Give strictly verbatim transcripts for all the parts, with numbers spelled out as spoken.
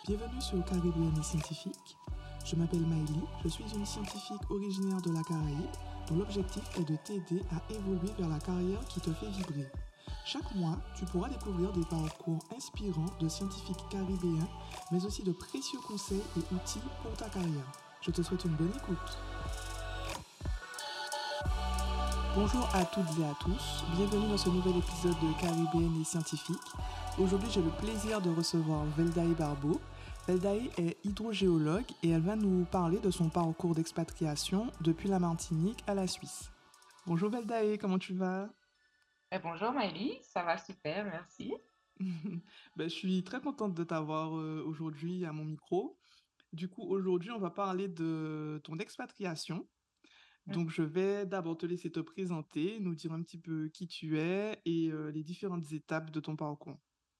Bienvenue sur Caribéen et Scientifique. Je m'appelle Maëlie, je suis une scientifique originaire de la Caraïbe dont l'objectif est de t'aider à évoluer vers la carrière qui te fait vibrer. Chaque mois, tu pourras découvrir des parcours inspirants de scientifiques caribéens, mais aussi de précieux conseils et outils pour ta carrière. Je te souhaite une bonne écoute. Bonjour à toutes et à tous, bienvenue dans ce nouvel épisode de Caribéen et Scientifique. Aujourd'hui, j'ai le plaisir de recevoir Veldae Barbeau. Veldae est hydrogéologue et elle va nous parler de son parcours d'expatriation depuis la Martinique à la Suisse. Bonjour Veldae, comment tu vas? Eh, bonjour Maëlie, ça va super, merci. Ben, je suis très contente de t'avoir euh, aujourd'hui à mon micro. Du coup, aujourd'hui, on va parler de ton expatriation. Mm. Donc, je vais d'abord te laisser te présenter, nous dire un petit peu qui tu es et euh, les différentes étapes de ton parcours.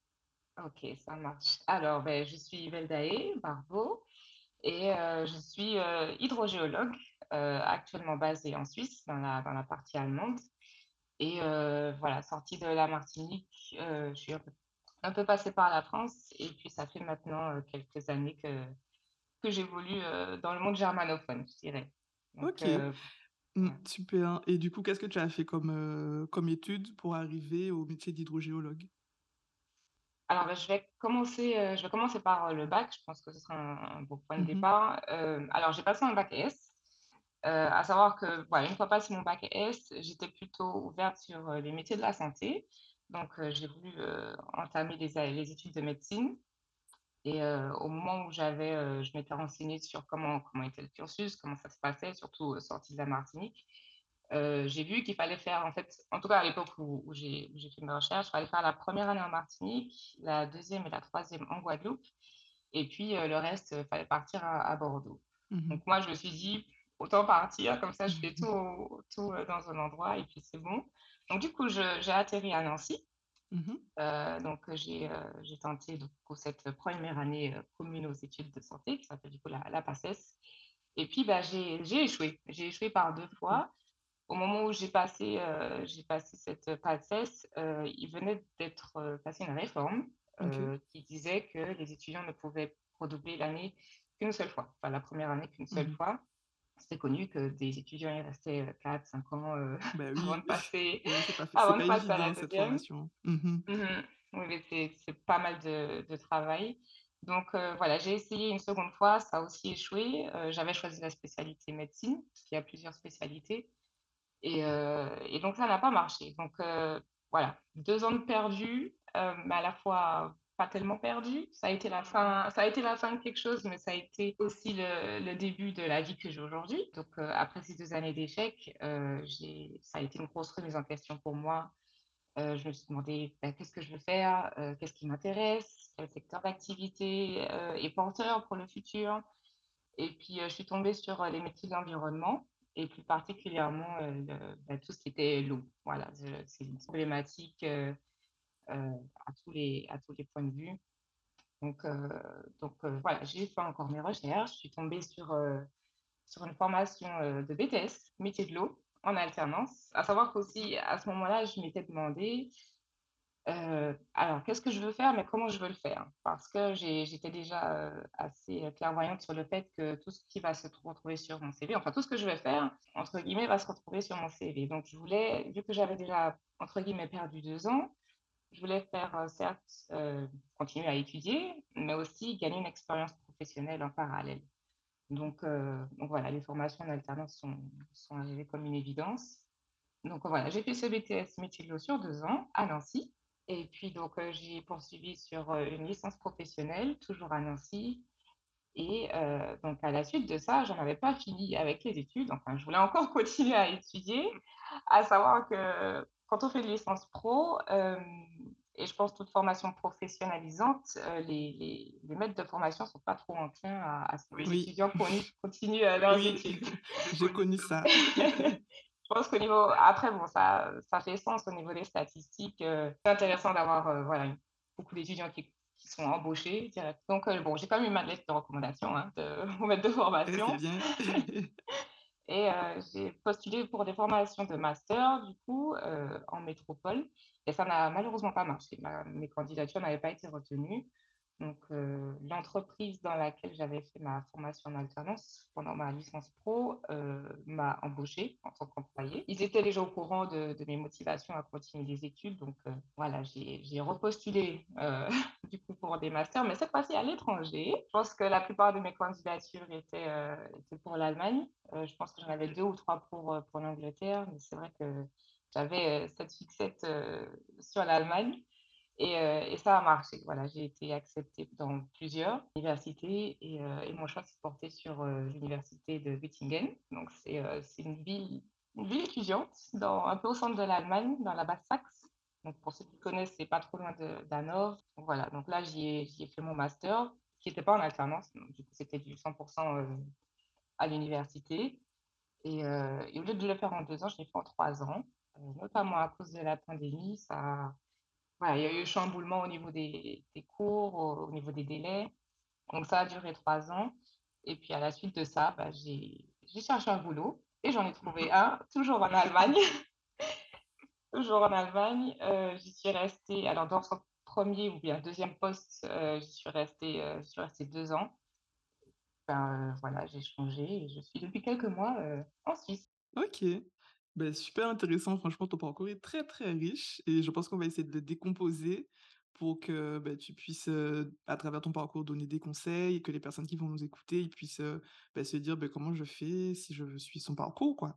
Ok, ça marche. Alors, ben, je suis Veldae Barbeau et euh, je suis euh, hydrogéologue, euh, actuellement basée en Suisse, dans la, dans la partie allemande. Et euh, voilà, sortie de la Martinique, euh, je suis un peu, un peu passée par la France et puis ça fait maintenant euh, quelques années que, que j'évolue euh, dans le monde germanophone, je dirais. Donc, Ok, euh, mm, ouais. super. Et du coup, qu'est-ce que tu as fait comme, euh, comme étude pour arriver au métier d'hydrogéologue? Alors, ben, je vais commencer, euh, je vais commencer par euh, le bac. Je pense que ce sera un, un bon point de Mhm, départ. Euh, alors, j'ai passé un bac S. Euh, à savoir que, voilà, une fois passé mon bac S, j'étais plutôt ouverte sur euh, les métiers de la santé. Donc, euh, j'ai voulu euh, entamer les, les études de médecine. Et euh, au moment où j'avais, euh, je m'étais renseignée sur comment, comment était le cursus, comment ça se passait, surtout euh, sortie de la Martinique. Euh, j'ai vu qu'il fallait faire, en fait, en tout cas à l'époque où, où j'ai où j'ai fait mes recherches, il fallait faire la première année en Martinique, la deuxième et la troisième en Guadeloupe, et puis euh, le reste, il fallait partir à, à Bordeaux. mhm, Donc moi, je me suis dit, autant partir, comme ça je fais mhm, tout, tout euh, dans un endroit, et puis c'est bon. Donc du coup, je- j'ai atterri à Nancy. mhm. Euh, donc j'ai euh, j'ai tenté du coup, cette première année euh, commune aux études de santé, qui s'appelle du coup la, la PACES. Et puis bah, j'ai j'ai échoué. J'ai échoué par deux Ok. fois. Au moment où j'ai passé, euh, j'ai passé cette PACES, euh, il venait d'être euh, passé une réforme Ok. euh, qui disait que les étudiants ne pouvaient redoubler l'année qu'une seule fois, enfin la première année qu'une seule Mhm. fois. C'était connu que des étudiants y restaient euh, quatre cinq ans euh, Ben avant oui, de passer, oui, c'est pas, fait- c'est avant de pas passer à la évident cette deuxième. formation. Mhm, Mhm. Oui, mais c'est c'est pas mal de, de travail. Donc euh, voilà, j'ai essayé une seconde fois, ça a aussi échoué. Euh, j'avais choisi la spécialité médecine, parce qu'il y a plusieurs spécialités. Et, euh, et donc, ça n'a pas marché. Donc, euh, voilà, deux ans de perdu, euh, mais à la fois pas tellement perdu. Ça a été la fin, ça a été la fin de quelque chose, mais ça a été aussi le, le début de la vie que j'ai aujourd'hui. Donc, euh, après ces deux années d'échec, euh, j'ai, ça a été une grosse remise en question pour moi. Euh, je me suis demandé ben, qu'est-ce que je veux faire, euh, qu'est-ce qui m'intéresse, quel secteur d'activité euh, est porteur pour le futur. Et puis, euh, je suis tombée sur euh, les métiers de l'environnement et plus particulièrement euh, le- bah, tout ce qui était l'eau. Voilà, je- c'est une problématique euh, euh, à tous les, à tous les points de vue. Donc, euh, donc euh, voilà, j'ai fait encore mes recherches. Je suis tombée sur, euh, sur une formation euh, de B T S, métier de l'eau, en alternance. À savoir qu'aussi, à ce moment-là, je m'étais demandé euh, alors, qu'est-ce que je veux faire, mais comment je veux le faire? Parce que j'ai- j'étais déjà euh, assez clairvoyante sur le fait que tout ce qui va se tr- retrouver sur mon C V, enfin tout ce que je vais faire, entre guillemets, va se retrouver sur mon C V. Donc, je voulais, vu que j'avais déjà, entre guillemets, perdu deux ans, je voulais faire, euh, certes, euh, continuer à étudier, mais aussi gagner une expérience professionnelle en parallèle. Donc, euh, donc voilà, les formations en alternance sont, sont arrivées comme une évidence. Donc voilà, j'ai fait ce B T S métier de l'eau sur deux ans à Nancy. Et puis donc euh, j'ai poursuivi sur euh, une licence professionnelle, toujours à Nancy. Et euh, donc à la suite de ça, j'en avais pas fini avec les études. Enfin, je voulais encore continuer à étudier, à savoir que quand on fait une licence pro, euh, et je pense toute formation professionnalisante, euh, les, les, les maîtres de formation sont pas trop enclins à, à ce que les oui, étudiants coni- continuent euh, leurs oui, études. j'ai connu ça. Je pense qu'au niveau, après, bon, ça, ça fait sens au niveau des statistiques. euh, c'est intéressant d'avoir euh, voilà, une- beaucoup d'étudiants qui, qui sont embauchés direct. Donc, euh, bon, j'ai quand même eu ma lettre de recommandation hein, de mon maître de Eh, c'est formation. bien. Et euh, j'ai postulé pour des formations de master, du coup, euh, en métropole. Et ça n'a malheureusement pas marché. Ma- mes candidatures n'avaient pas été retenues. Donc, heu, l'entreprise dans laquelle j'avais fait ma formation en alternance pendant ma licence pro, heu, m'a embauchée en tant qu'employée. Ils étaient déjà au courant de de mes motivations à continuer des études, donc, heu, voilà, j'ai j'ai repostulé, heu, du coup pour des masters, mais cette fois-ci à l'étranger. Je pense que la plupart de mes candidatures étaient, heu, étaient pour l'Allemagne. Heu, je pense que j'en avais deux ou trois pour, heu, pour l'Angleterre, mais c'est vrai que j'avais, heu, cette fixette, heu, sur l'Allemagne. Et, heu, et ça a marché. Voilà, j'ai été acceptée dans plusieurs universités et, heu, et mon choix s'est porté sur, heu, l'université de Göttingen. Donc c'est, heu, c'est une ville une ville étudiante dans un peu au centre de l'Allemagne, dans la Basse-Saxe. Donc pour ceux qui connaissent, c'est pas trop loin de d'Hanovre. Donc voilà, donc là j'y ai j'y ai fait mon master, qui était pas en alternance, donc du coup c'était du cent heu, à l'université. Et, heu, et au lieu de le faire en deux ans, je l'ai fait en trois ans, heu, notamment à cause de la pandémie. Ça voilà, il y a eu chamboulement au niveau des des cours, au au niveau des délais. Donc ça a duré trois ans et puis à la suite de ça, bah, j'ai j'ai cherché un boulot et j'en ai trouvé un, toujours en Allemagne, toujours en Allemagne. Heu, j'y suis restée alors dans son premier ou bien deuxième poste, heu, j'y suis restée, heu, j'y suis restée deux ans. Ben, heu, voilà, j'ai changé et je suis depuis quelques mois, heu, en Suisse. OK. Beh, super intéressant, franchement, ton parcours est très, très riche et je pense qu'on va essayer de le décomposer pour que, bah, tu puisses, heu, à travers ton parcours, donner des conseils et que les personnes qui vont nous écouter, ils puissent, heu, bah, se dire: «Beh, comment je fais si je suis son parcours, quoi?»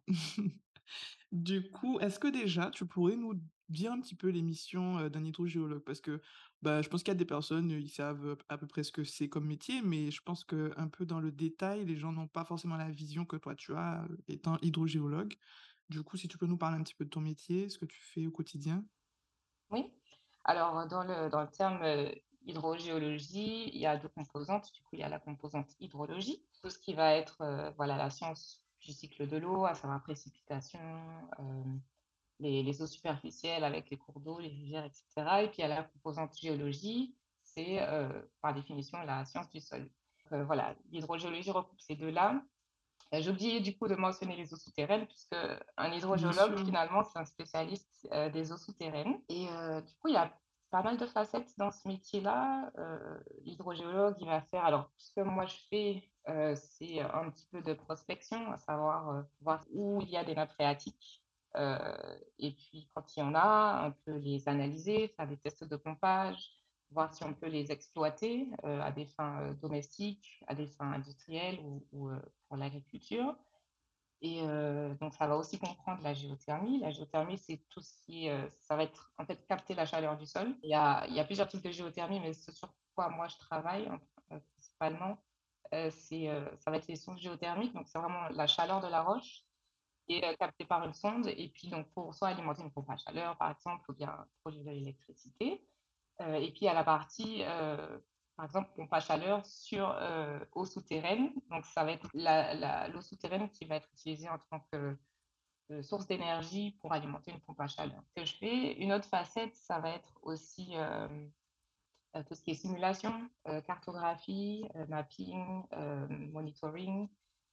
Du coup, est-ce que déjà tu pourrais nous dire un petit peu les missions, heu, d'un hydrogéologue? Parce que, bah, je pense qu'il y a des personnes, heu, ils savent, heu, à peu près ce que c'est comme métier, mais je pense qu'un peu dans le détail, les gens n'ont pas forcément la vision que toi tu as, heu, étant hydrogéologue. Du coup, si tu peux nous parler un petit peu de ton métier, ce que tu fais au quotidien? Oui. Alors, dans le dans le terme, heu, hydrogéologie, il y a deux composantes. Du coup, il y a la composante hydrologie, tout ce qui va être, heu, voilà, la science du cycle de l'eau, à savoir précipitation, hem, les les eaux superficielles avec les cours d'eau, les rivières et cetera. Et puis, il y a la composante géologie, c'est, heu, par définition, la science du sol. Heu, voilà, l'hydrogéologie recoupe ces deux là. Heu, j'ai oublié du coup de mentionner les eaux souterraines puisque un Bien hydrogéologue sûr. finalement c'est un spécialiste, heu, des eaux souterraines et, heu, du coup il y a pas mal de facettes dans ce métier-là. Heu, l'hydrogéologue il va faire alors ce que moi je fais, heu, c'est un petit peu de prospection, à savoir, heu, voir où il y a des nappes phréatiques, heu, et puis quand il y en a, un peu les analyser, faire des tests de pompage, voir si on peut les exploiter, heu, à des fins, heu, domestiques, à des fins industrielles ou ou, heu, pour l'agriculture. Et, heu, donc ça va aussi comprendre la géothermie. La géothermie, c'est tout ce qui est, heu, ça va être en fait capter la chaleur du sol. Il y a il y a plusieurs types de géothermie, mais ce sur quoi moi je travaille, hein, heu, principalement, heu, c'est, heu, ça va être les sondes géothermiques, donc c'est vraiment la chaleur de la roche qui est, heu, captée par une sonde et puis donc pour soit alimenter une pompe à chaleur par exemple ou bien produire de l'électricité. Heu, et puis il y a la partie, heu, par exemple pompe à chaleur sur, heu, eau souterraine. Donc ça va être la la l'eau souterraine qui va être utilisée en tant que, heu, source d'énergie pour alimenter une pompe à chaleur. Ce que je fais, une autre facette, ça va être aussi, hem, heu, tout ce qui est simulation, heu, cartographie, heu, mapping, hem, monitoring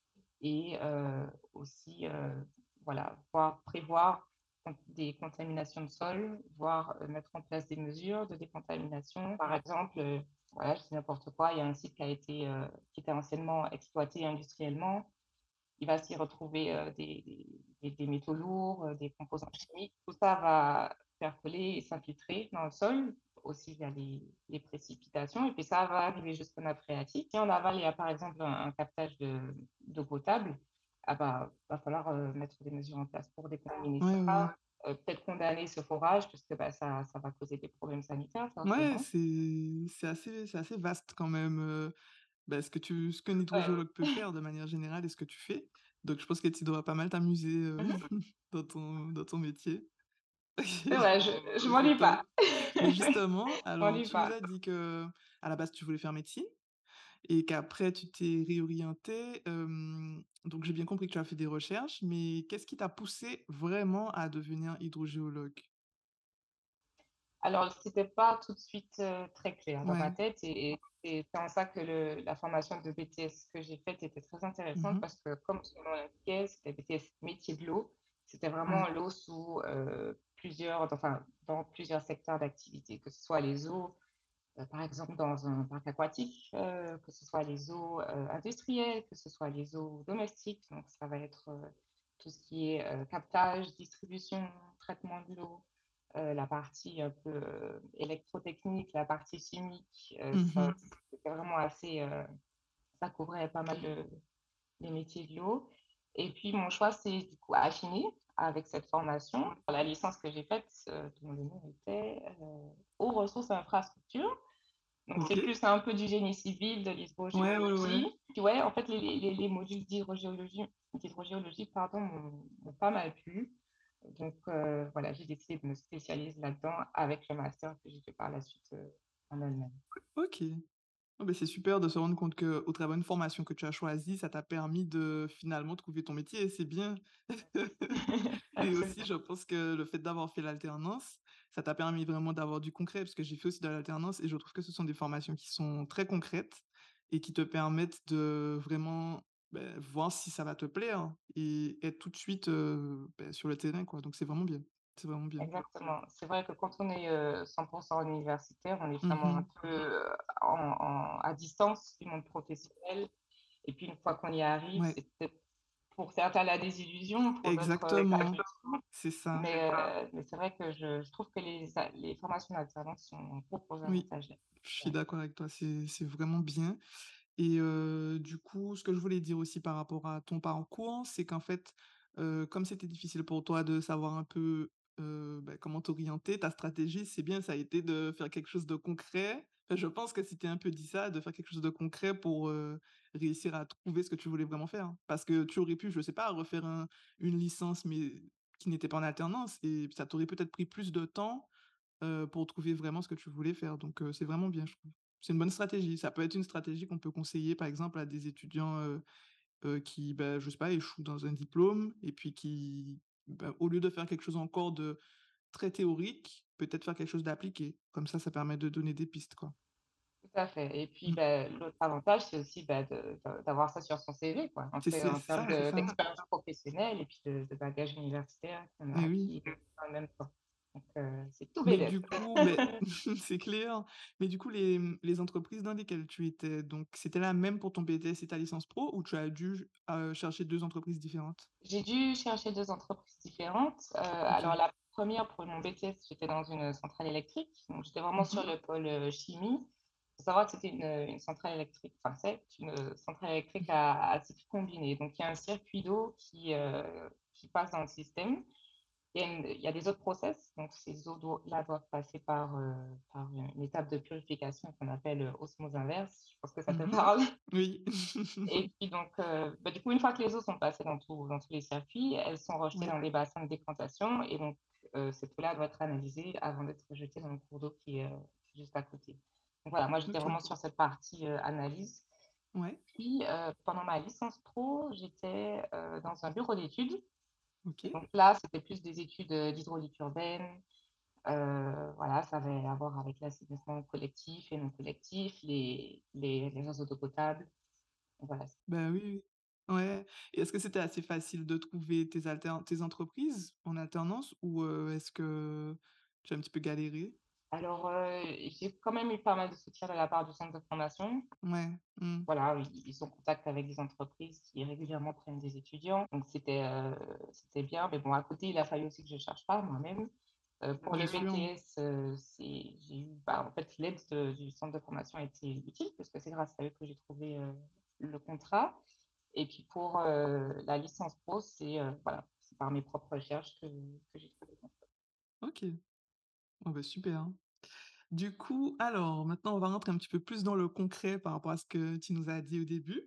et, heu, aussi, heu, voilà, voir prévoir con des contaminations de sol, voire, heu, mettre en place des mesures de décontamination. Par exemple, heu, voilà, je dis n'importe quoi, il y a un site qui a été, heu, qui était anciennement exploité industriellement. Il va s'y retrouver, heu, des des des des métaux lourds, heu, des composants chimiques. Tout ça va percoler et s'infiltrer dans le sol, aussi via les les précipitations et puis ça va arriver jusqu'aux nappes phréatiques. Si en aval, il y a par exemple un un captage de d'eau potable, ah bah, va falloir, heu, mettre des mesures en place pour décontaminer Ouais, ouais, ouais. ça, heu, peut-être condamner ce forage puisque, bah, ça ça va causer des problèmes sanitaires Ouais, forcément. c'est c'est assez c'est assez vaste quand même, heu, bah, ce que tu ce qu'un Ouais. hydrogéologue peut faire de manière générale et ce que tu fais. Donc je pense que tu dois pas mal t'amuser, heu, Mmh mh. dans ton dans ton métier. C'est vrai, je je C'est m'ennuie top. pas. Mais justement, Je alors m'ennuie tu nous pas. as dit qu'à la base tu voulais faire médecine et qu'après tu t'es réorientée, hem, donc j'ai bien compris que tu as fait des recherches, mais qu'est-ce qui t'a poussée vraiment à devenir hydrogéologue? Alors, c'était pas tout de suite, heu, très clair dans ma Ouais. tête et et et c'est en ça que le la formation de B T S que j'ai faite était très Mmh intéressante mh. parce que comme son nom l'indiquait, c'était B T S métier de l'eau. C'était vraiment Ouais. l'eau sous, heu, plusieurs enfin, dans plusieurs secteurs d'activité, que ce soit les eaux, heu, par exemple dans un parc aquatique, heu, que ce soit les eaux, heu, industrielles, que ce soit les eaux domestiques. Donc ça va être, heu, tout ce qui est, heu, captage, distribution, traitement de l'eau, heu, la partie un peu, heu, électrotechnique, la partie chimique, heu, ça Mhm. c'était vraiment assez, heu, ça couvrait pas mal de les métiers de l'eau. Et puis mon choix s'est du coup affiné avec cette formation. Pour la licence que j'ai faite, heu, dont le nom était, heu, eaux, ressources et infrastructures. Donc Ok. c'est plus un peu du génie civil, de Ouais, ouais, ouais. l'hydrogéologie. Puis ouais, en fait, les les les modules d'hydrogéologie d'hydrogéologie, pardon, m'ont m'ont pas mal plu. Donc heu, voilà, j'ai décidé de me spécialiser là-dedans avec le master que j'ai fait par la suite, heu, en Allemagne. Ok. Oh, beh, c'est super de se rendre compte qu'au travers d'une formation que tu as choisie, ça t'a permis de finalement trouver ton métier et c'est bien. Et aussi, Absolument. je pense que le fait d'avoir fait l'alternance, ça t'a permis vraiment d'avoir du concret, parce que j'ai fait aussi de l'alternance et je trouve que ce sont des formations qui sont très concrètes et qui te permettent de vraiment, beh, voir si ça va te plaire et être tout de suite, heu, beh, sur le terrain, quoi. Donc c'est vraiment bien. C'est vraiment bien. Exactement. C'est vrai que quand on est, heu, cent pour cent universitaire, on est vraiment un Mmh. peu, heu, en en à distance du monde professionnel. Et puis une fois qu'on y arrive, Ouais, c'est peut-être pour certains la désillusion, pour d'autres, heu, exactement. gratuitement. C'est ça. Mais, heu, mais c'est vrai que je je trouve que les a les formations d'alternance sont un gros, gros Oui, avantage là. je suis Ouais. d'accord avec toi, c'est c'est vraiment bien. Et heu, du coup, ce que je voulais dire aussi par rapport à ton parcours, c'est qu'en fait, heu, comme c'était difficile pour toi de savoir un peu, heu, bah, comment t'orienter, ta stratégie, c'est bien, ça a été de faire quelque chose de concret. Enfin, je pense que si tu un peu dit ça, de faire quelque chose de concret pour, heu, réussir à trouver ce que tu voulais vraiment faire. Parce que tu aurais pu, je sais pas, refaire un une licence, mais qui n'était pas en alternance et ça t'aurait peut-être pris plus de temps, heu, pour trouver vraiment ce que tu voulais faire. Donc heu, c'est vraiment bien, je trouve. C'est une bonne stratégie. Ça peut être une stratégie qu'on peut conseiller, par exemple, à des étudiants, heu heu, qui, bah, je sais pas, échouent dans un diplôme et puis qui, bah, au lieu de faire quelque chose encore de très théorique, peut-être faire quelque chose d'appliqué. Comme ça, ça permet de donner des pistes, quoi. Tout à fait. Et puis, Mmh. bah, l'autre avantage, c'est aussi, bah, de de d'avoir ça sur son C V, quoi, en C'est fait, c'est en termes ça, c'est de ça. d'expérience professionnelle et puis de de bagage universitaire qu'on a Et oui. acquis dans le même temps. Donc, heu, c'est tout Mais bénef. du coup, beh, c'est clair. Mais du coup, les, mmh, les entreprises dans lesquelles tu étais, donc c'était la même pour ton B T S et ta licence pro ou tu as dû, heu, chercher deux entreprises différentes? J'ai dû chercher deux entreprises différentes. Heu, alors OK. la première pour mon B T S, j'étais dans une centrale électrique, donc j'étais vraiment Mmh. sur le pôle, heu, chimie. Il faut savoir que c'était une, une centrale électrique, enfin c'est une centrale électrique à à cycle combiné. Donc il y a un circuit d'eau qui, heu, qui passe dans le système. Il y a une il y a des autres process, donc ces eaux d'eau là doivent passer par, heu, par une une étape de purification qu'on appelle, heu, osmose inverse. Je pense que ça te Mmh. parle? Oui. Et puis donc, heu, bah, du coup, une fois que les eaux sont passées dans tous dans tous les circuits, elles sont rejetées Ouais. dans des bassins de décantation et donc, heu, cette eau-là doit être analysée avant d'être jetée dans le cours d'eau qui est, heu, juste à côté. Donc voilà, moi, j'étais OK. vraiment sur cette partie, heu, analyse. Ouais. Puis, heu, pendant ma licence pro, j'étais, heu, dans un bureau d'études et OK. donc là, c'était plus des études, heu, d'hydraulique urbaine, heu, voilà, ça avait à voir avec l'assainissement collectif et non collectif, les les les réseaux d'eau potable, voilà. Bah, oui, oui. Ouais, et est-ce que c'était assez facile de trouver tes alter tes entreprises en alternance ou, heu, est-ce que tu as un petit peu galéré? Alors, heu, j'ai quand même eu pas mal de soutien de la part du centre de formation. Ouais. Mmh. Voilà, ils ils sont en contact avec des entreprises qui régulièrement prennent des étudiants, donc c'était, heu, c'était bien. Mais bon, à côté, il a fallu aussi que je cherche pas moi-même. Heu, pour Bien le sûr. B T S, heu, c'est j'ai eu, bah, en fait, l'aide de du centre de formation a été utile parce que c'est grâce à eux que j'ai trouvé, heu, le contrat. Et puis pour, heu, la licence pro, c'est, heu, voilà, c'est par mes propres recherches que que j'ai trouvé ça. OK. Oh, bah, super. Du coup, alors maintenant, on va rentrer un petit peu plus dans le concret par rapport à ce que tu nous as dit au début.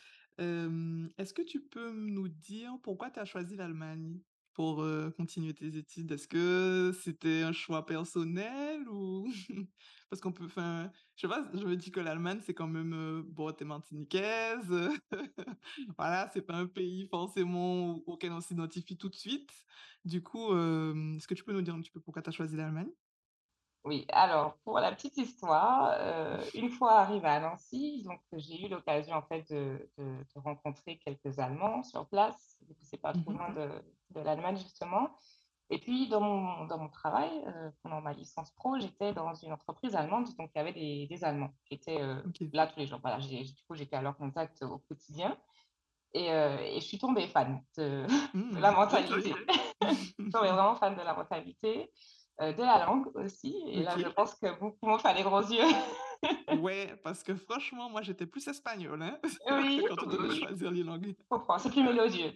Hem, est-ce que tu peux nous dire pourquoi tu as choisi l'Allemagne pour, heu, continuer tes études? Est-ce que c'était un choix personnel ou parce qu'on peut enfin, je sais pas, je me dis que l'Allemagne, c'est quand même, heu, bon, tu es martiniquaise, heu, voilà, c'est pas un pays forcément au auquel on s'identifie tout de suite. Du coup, hem, est-ce que tu peux nous dire un petit peu pourquoi tu as choisi l'Allemagne? Oui, alors pour la petite histoire, heu, une fois arrivée à Nancy, donc j'ai eu l'occasion en fait de de de rencontrer quelques Allemands sur place, vu que c'est pas trop Mmh. loin de de l'Allemagne justement. Et puis dans mon dans mon travail, heu, pendant ma licence pro, j'étais dans une entreprise allemande, donc il y avait des des Allemands qui étaient, heu, OK. là tous les jours. Voilà, j'ai du coup, j'étais à leur contact au quotidien et heu et je suis tombée fan de de la Mmh, mentalité. OK. Je suis tombée vraiment fan de la mentalité, heu, de la langue aussi et là, je OK. pense que beaucoup m'ont fait les gros yeux. Ouais, parce que franchement, moi, j'étais plus espagnole, hein, Oui, quand on devait oui, je choisir les langues. comprends, c'est plus mélodieux.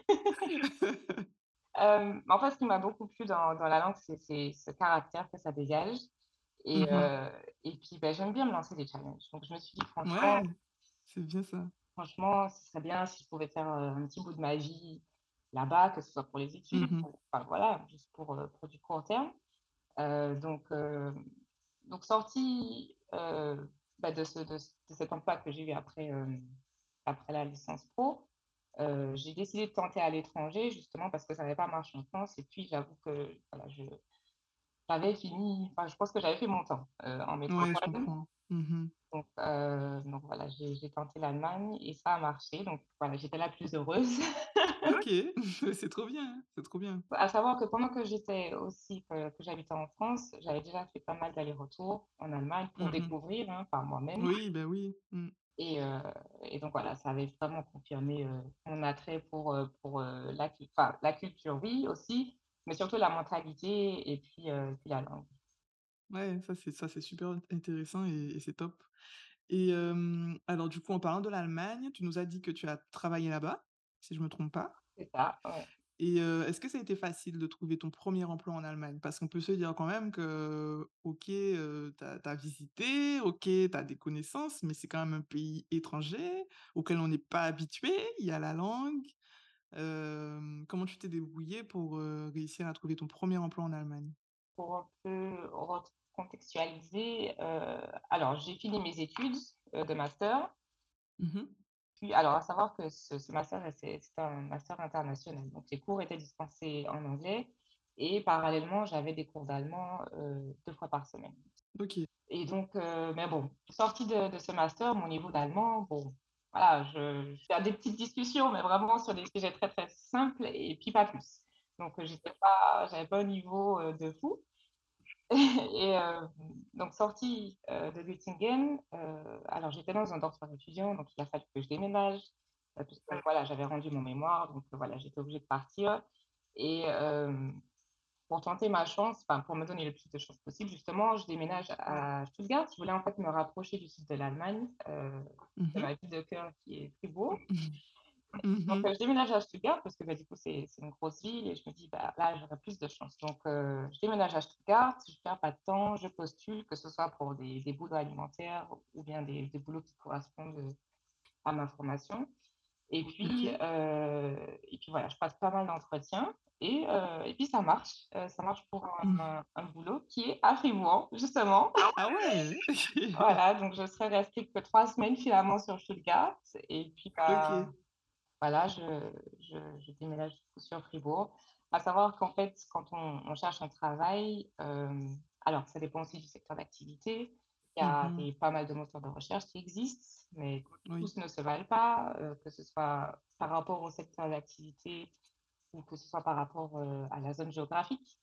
Hem, en fait, ce qui m'a beaucoup plu dans dans la langue, c'est c'est ce caractère que ça dégage et Mmh. heu et puis, bah, j'aime bien me lancer des challenges. Donc je me suis dit: «Franchement Ouais, c'est bien ça. franchement, ce serait bien si je pouvais faire, heu, un petit bout de ma vie là-bas, que ce soit pour les études Mmh. ou enfin voilà, juste pour, heu, pour du court terme». Heu, donc hem, donc sortie, heu, bah, de ce de ce de cet emploi que j'ai eu après, hem, après la licence pro, heu, j'ai décidé de tenter à l'étranger justement parce que ça n'avait pas marché en France et puis j'avoue que voilà, je j'avais fini enfin, je pense que j'avais fait mon temps, heu, en Ouais, je métropole. comprends. Mmh. Donc heu, donc voilà, j'ai j'ai tenté l'Allemagne et ça a marché. Donc voilà, j'étais la plus heureuse. OK, c'est trop bien, hein, c'est trop bien. À savoir que pendant que j'étais aussi que que j'habitais en France, j'avais déjà fait pas mal d'allers-retours en Allemagne pour Mmh. découvrir, hein, par moi-même Oui, bah, oui. Mmh. et heu et donc voilà, ça avait vraiment confirmé, heu, mon attrait pour, heu, pour, heu, la cul enfin la culture, oui, aussi, mais surtout la mentalité et puis, heu, puis la langue. Ouais, ça c'est ça c'est super int intéressant et et c'est top. Et hem, alors du coup, en parlant de l'Allemagne, tu nous as dit que tu as travaillé là-bas, si je me trompe pas? C'est ça, ouais. Et heu, est-ce que ça a été facile de trouver ton premier emploi en Allemagne? Parce qu'on peut se dire quand même que, OK, heu, tu as visité, OK, tu as des connaissances, mais c'est quand même un pays étranger auquel on n'est pas habitué. Il y a la langue. Hem, comment tu t'es débrouillé pour, heu, réussir à trouver ton premier emploi en Allemagne? Pour un peu recontextualiser, heu, alors j'ai fini mes études, heu, de master. Mmh. Puis alors à savoir que ce ce master, heu, c'est c'est un master international, donc les cours étaient dispensés en anglais et parallèlement, j'avais des cours d'allemand, heu, deux fois par semaine OK. et donc heu, mais bon, sortie de de ce master, mon niveau d'allemand, bon, voilà, je je fais des petites discussions, mais vraiment sur des sujets très, très simples et puis pas plus. Donc heu, j'étais pas j'avais pas un niveau, heu, de fou. Et heu, donc sortie, heu, de Göttingen, heu, alors j'étais dans un dortoir étudiant, donc il a fallu que je déménage, heu, puisque voilà, j'avais rendu mon mémoire, donc heu, voilà, j'étais obligée de partir et hem, pour tenter ma chance, enfin pour me donner le plus de chance possible, justement, je déménage à Stuttgart. Je voulais en fait me rapprocher du sud de l'Allemagne, heu, de Mmh. ma ville de cœur qui est Fribourg. Donc, Mmh. heu, je déménage à Stuttgart parce que, bah, du coup, c'est c'est une grosse ville et je me dis: «Bah, là, j'aurai plus de chance». Donc, heu, je déménage à Stuttgart, je perds pas de temps, je postule, que ce soit pour des des boulots alimentaires ou bien des des boulots qui correspondent, heu, à ma formation et puis, OK. heu et puis voilà, je passe pas mal d'entretiens et heu et puis ça marche, heu, ça marche pour Mmh. un un boulot qui est à Fribourg, justement. Ah ouais! Voilà, donc je serai restée que trois semaines finalement sur Stuttgart et puis, bah OK. voilà, je je je déménage du coup sur Fribourg. À savoir qu'en fait, quand on on cherche un travail, hem, alors ça dépend aussi du secteur d'activité. Il y a Mmh. des pas mal de moteurs de recherche qui existent, mais Oui. tous ne se valent pas, heu, que ce soit par rapport au secteur d'activité ou que ce soit par rapport, heu, à la zone géographique.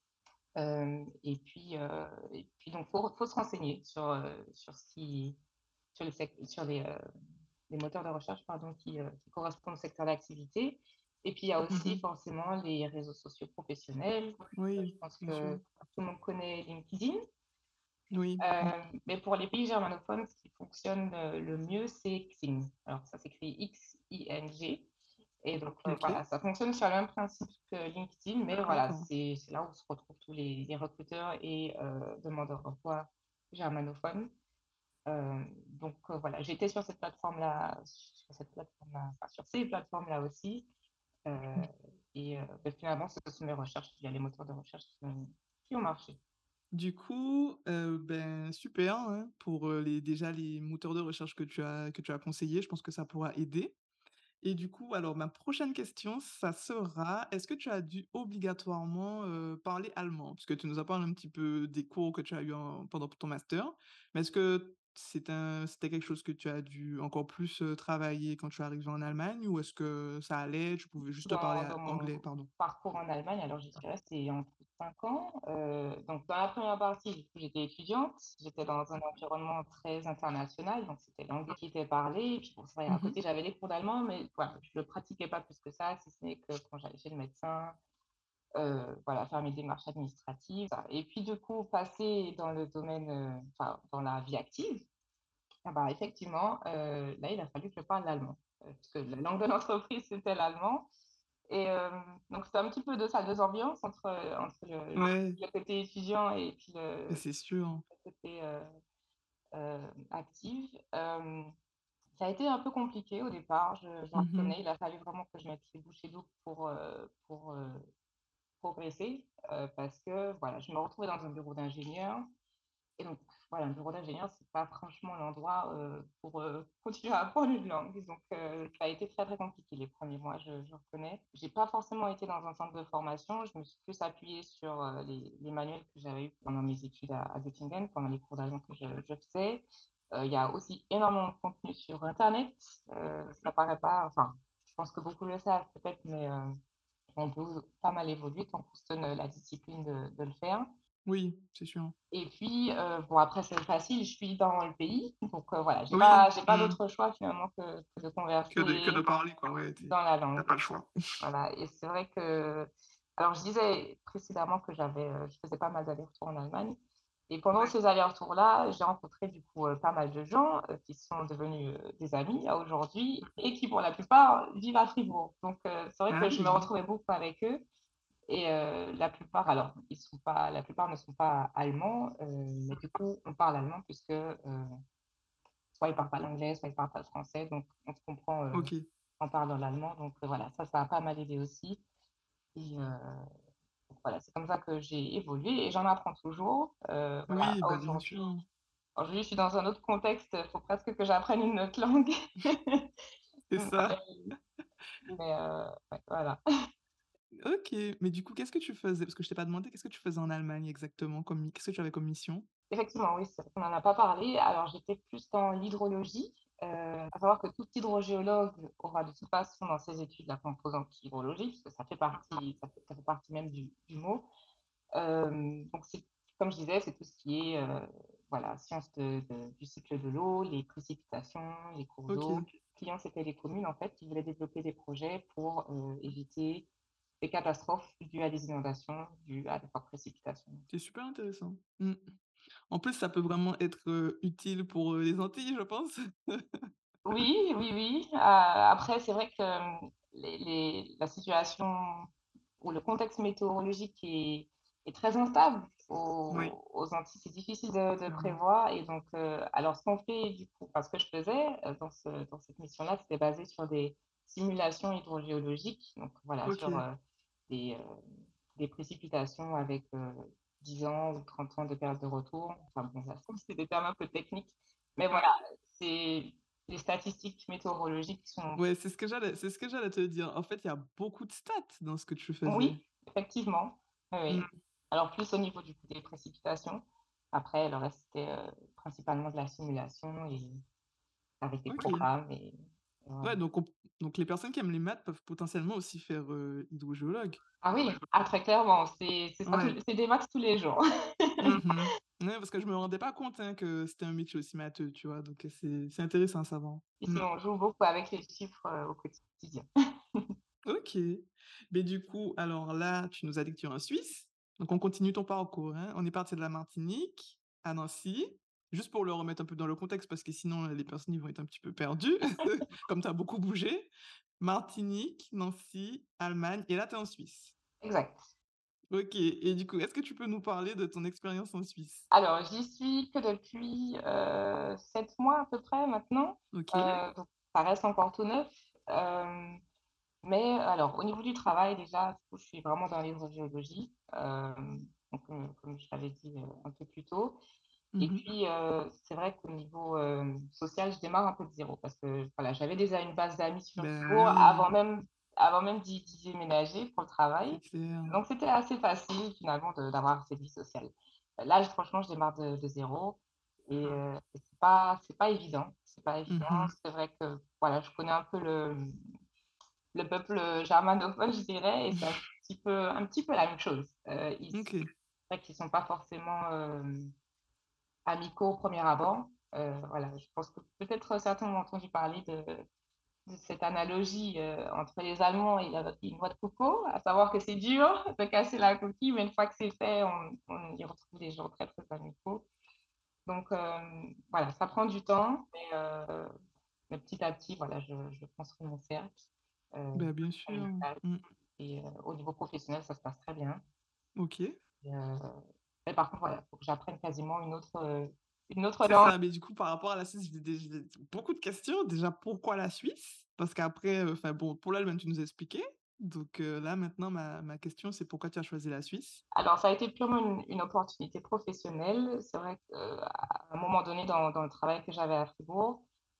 Hem et puis, heu et puis donc faut faut se renseigner sur, heu, sur ce qui sur les sec sur les, heu, les moteurs de recherche pardon qui, heu, qui correspondent au secteur d'activité et puis il y a aussi Mmh. forcément les réseaux sociaux professionnels. Heu, je Oui, pense bien sûr. que tout le monde connaît LinkedIn, Oui. Mmh. hem, mais pour les pays germanophones, ce qui fonctionne, heu, le mieux, c'est Xing. Alors ça s'écrit X I N G et donc heu, OK, voilà, ça fonctionne sur le même principe que LinkedIn, mais voilà, d'accord. c'est c'est là où se retrouvent tous les les recruteurs et heu, demandeurs d'emploi germanophones. Heu, donc heu, voilà, j'étais sur cette plateforme-là sur cette plateforme-là, enfin sur ces plateformes-là aussi, heu Mmh. et heu, beh, finalement, ce sont mes recherches via les moteurs de recherche qui ont qui ont marché. Du coup, heu, ben, super, hein, pour, heu, les déjà les moteurs de recherche que tu as que tu as conseillés. Je pense que ça pourra aider. Et du coup, alors ma prochaine question, ça sera: est-ce que tu as dû obligatoirement, heu, parler allemand? Parce que tu nous as parlé un petit peu des cours que tu as eu en pendant ton master, mais est-ce que c'est un c'était quelque chose que tu as dû encore plus, heu, travailler quand tu es arrivée en Allemagne ou est-ce que ça allait, tu pouvais juste parler Dans a dans mon anglais? Pardon. parcours en Allemagne, alors j'y suis restée entre cinq ans, heu, donc dans la première partie, du coup, j'étais étudiante, j'étais dans un environnement très international, donc c'était l'anglais qui était parlé et puis bon, c'est vrai, à Mmh. côté, j'avais les cours d'allemand, mais voilà, je le pratiquais pas plus que ça, si ce n'est que quand j'allais chez le médecin, heu, voilà, faire mes démarches administratives, ça et puis du coup, passer dans le domaine, heu, enfin, dans la vie active, ah bah, effectivement, heu, là, il a fallu que je parle l'allemand, heu, parce que la langue de l'entreprise, c'était l'allemand et hem, donc c'était un petit peu deux salles, deux ambiances entre, heu, entre le Ouais, le côté étudiant et puis mais le c'est sûr. le côté, heu heu, active. Hem, ça a été un peu compliqué au départ, je je Mmh. reconnais, il a fallu vraiment que je mette les bouchées doubles pour, heu, pour, heu, progresser, heu, parce que voilà, je me retrouvais dans un bureau d'ingénieur et donc voilà, un bureau d'ingénieur, c'est pas franchement l'endroit, heu, pour, heu, continuer à apprendre une langue. Donc heu, ça a été très, très compliqué les premiers mois, je je reconnais. J'ai pas forcément été dans un centre de formation, je me suis plus appuyée sur, heu, les les manuels que j'avais eus pendant mes études à à Göttingen, pendant les cours d'allemand que je je faisais. Heu, il y a aussi énormément de contenu sur internet, heu, ça paraît pas enfin, je pense que beaucoup le savent peut-être, mais heu, on peut pas mal évoluer tant qu'on se donne, la discipline de de le faire. Oui, c'est sûr. Et puis, heu, bon après c'est facile, je suis dans le pays, donc heu, voilà, j'ai Oui, pas j'ai pas mmh, d'autre choix finalement que que de que de que de converser parler quoi, ouais, tu dans la tu langue. pas le choix. Voilà et c'est vrai que alors je disais précédemment que j'avais, heu, je faisais pas mal d'allers-retours en Allemagne et pendant Ouais. ces allers-retours-là, j'ai rencontré du coup, heu, pas mal de gens, heu, qui sont devenus, heu, des amis à aujourd'hui et qui pour la plupart vivent à Fribourg. Donc heu, c'est vrai Ah que je me oui, retrouvais beaucoup avec eux et heu, la plupart alors ils sont pas la plupart ne sont pas allemands, heu, mais du coup on parle allemand puisque, heu, soit ils parlent pas l'anglais, soit ils parlent pas le français, donc on se comprend, heu, OK. en parlant l'allemand, donc heu, voilà, ça, ça a pas mal aidé aussi et heu, donc voilà, c'est comme ça que j'ai évolué et j'en apprends toujours, heu, voilà, Oui, bah, bien aujourd'hui sûr. aujourd'hui je suis dans un autre contexte, il faut presque que j'apprenne une autre langue. C'est ça. Mais mais heu, ouais, voilà. OK, mais du coup, qu'est-ce que tu faisais? Parce que je t'ai pas demandé, qu'est-ce que tu faisais en Allemagne exactement comme mi qu'est-ce que tu avais comme mission? Effectivement, oui, c'est vrai qu'on n'en a pas parlé. Alors, j'étais plus dans l'hydrologie. Heu, à savoir que tout hydrogéologue aura de toute façon dans ses études la composante hydrologie, puisque ça fait partie ça fait ça fait partie même du du mot. Hem, donc c'est comme je disais, c'est tout ce qui est, heu, voilà, sciences de de du cycle de l'eau, les précipitations, les cours d'eau. OK, Clients, c'était les communes, en fait, qui voulaient développer des projets pour, heu, éviter des catastrophes dues à des inondations, dues à de fortes précipitations. c'est super intéressant. Mmh. En plus, ça peut vraiment être, heu, utile pour, heu, les Antilles, je pense. Oui, oui, oui. Heu, après, c'est vrai que, hem, les les la situation ou le contexte météorologique est est très instable Oui, aux aux Antilles. C'est difficile de de clairement. prévoir et donc, heu, alors ce qu'on fait du coup enfin ce que je faisais, heu, dans ce dans cette mission-là, c'était basé sur des simulations hydrogéologiques. Donc voilà, sur, OK. heu, des, heu, des précipitations avec, heu, dix ans ou trente ans de période de retour. Enfin bon, là, c'est des termes un peu techniques. Mais Ouais. voilà, c'est les statistiques météorologiques sont Ouais, c'est ce que j'allais c'est ce que j'allais te dire. En fait, il y a beaucoup de stats dans ce que tu faisais. oui, effectivement, oui, oui. Mmh. Alors plus au niveau du coup des précipitations. Après le reste, c'était, heu, principalement de la simulation et avec des OK. programmes et et voilà. Ouais, donc on donc les personnes qui aiment les maths peuvent potentiellement aussi faire, heu, hydrogéologue? Ah oui, ah très clairement, c'est c'est ça tous Ouais. les c'est des maths tous les jours. Mmh. Ouais, parce que je me rendais pas compte, hein, que c'était un métier aussi matheux, tu vois? Donc, heu, c'est c'est intéressant à savoir. Ici, Mmh. on joue beaucoup avec les chiffres, heu, au quotidien. OK. Mais du coup, alors là, tu nous as dit que tu es en Suisse, donc on continue ton parcours, hein. On est parti de la Martinique à Nancy, juste pour le remettre un peu dans le contexte parce que sinon, heu, les personnes, ils vont être un petit peu perdues, comme tu as beaucoup bougé. Martinique, Nancy, Allemagne et là, tu es en Suisse. Exact. OK et du coup, est-ce que tu peux nous parler de ton expérience en Suisse? Alors j'y suis que depuis, heu, sept mois à peu près maintenant, OK. heu, donc ça reste encore tout neuf, hem mais alors, au niveau du travail, déjà, du coup, je suis vraiment dans l'hydrogéologie, hem, donc heu, comme je l'avais dit, heu, un peu plus tôt et Mmh. puis, heu, c'est vrai qu'au niveau, hem, social, je démarre un peu de zéro parce que, voilà, j'avais déjà une base d'amis sur Bah, Fribourg oui, avant même avant même d'y d'y déménager pour le c'est travail. clair. Donc c'était assez facile finalement de d'avoir cette vie sociale. Là, j franchement, je démarre de de zéro et heu, et c'est pas c'est pas évident, c'est pas Mmh évident. mh. C'est vrai que, voilà, je connais un peu le, mmh, le peuple, heu, germanophone, je dirais, et c'est un petit peu un petit peu la même chose. Heu, ils C'est OK. vrai qu'ils sont pas forcément, hem, amicaux au premier abord. Heu, voilà, je pense que peut-être certains ont entendu parler de de cette analogie, heu, entre les Allemands et la et une noix de coco, à savoir que c'est dur de casser la coquille, mais une fois que c'est fait, on on y retrouve des gens très, très amicaux. Donc, hem, voilà, ça prend du temps, mais heu, mais petit à petit, voilà, je je construis mon cercle, heu, Bah, bien sûr. amical, Mmh. et heu, au niveau professionnel, ça se passe très bien. OK. Et heu, mais par contre, voilà, faut que j'apprenne quasiment une autre, heu, une autre C'est langue. ça, mais du coup, par rapport à la Suisse, j'ai des j'ai beaucoup de questions. Déjà, pourquoi la Suisse? Parce qu'après, heu, enfin bon, pour l'Allemagne, tu nous as expliqué. Donc heu, là, maintenant, ma ma question, c'est pourquoi tu as choisi la Suisse? Alors, ça a été purement une une opportunité professionnelle. C'est vrai qu'à un moment donné dans dans le travail que j'avais à Fribourg,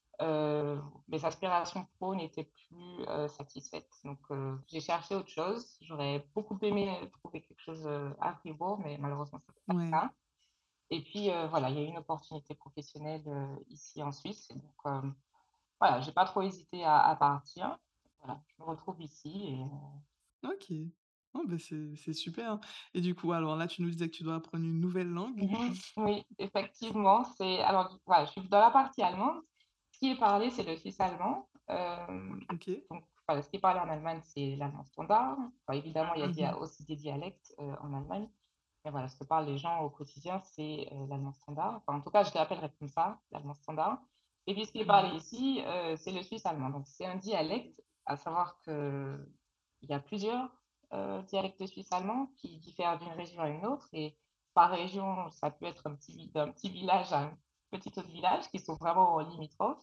heu, mes aspirations pro n'étaient plus, heu, satisfaites. Donc, heu, j'ai cherché autre chose. J'aurais beaucoup aimé, heu, trouver quelque chose, heu, à Fribourg, mais malheureusement, c'était pas le Ouais. cas. Et puis, heu, voilà, il y a eu une opportunité professionnelle, heu, ici en Suisse, et donc, hem, voilà, j'ai pas trop hésité à à partir. Voilà, je me retrouve ici, et heu OK. Oh, bah, c'est c'est super. Et du coup, alors là, tu nous disais que tu dois apprendre une nouvelle langue? Mmh. Oui, effectivement, c'est alors, voilà, je suis dans la partie allemande. Ce qui est parlé, c'est le suisse allemand. Hem, OK. donc voilà, ce qui est parlé en Allemagne, c'est l'allemand standard. Enfin, évidemment, il y a Mmh des mh. aussi des dialectes, heu, en Allemagne. Mais voilà, ce que parlent les gens au quotidien, c'est, heu, l'allemand standard. Enfin, en tout cas, je l'appellerais comme ça, l'allemand standard. Et puis ce qui est parlé Ouais. ici, heu, c'est le suisse allemand. Donc c'est un dialecte, à savoir qu'il y a plusieurs, heu, dialectes suisse allemand qui diffèrent d'une région à une autre, et par région, ça peut être un petit vi d'un petit village à un petit autre village qui sont vraiment limitrophes,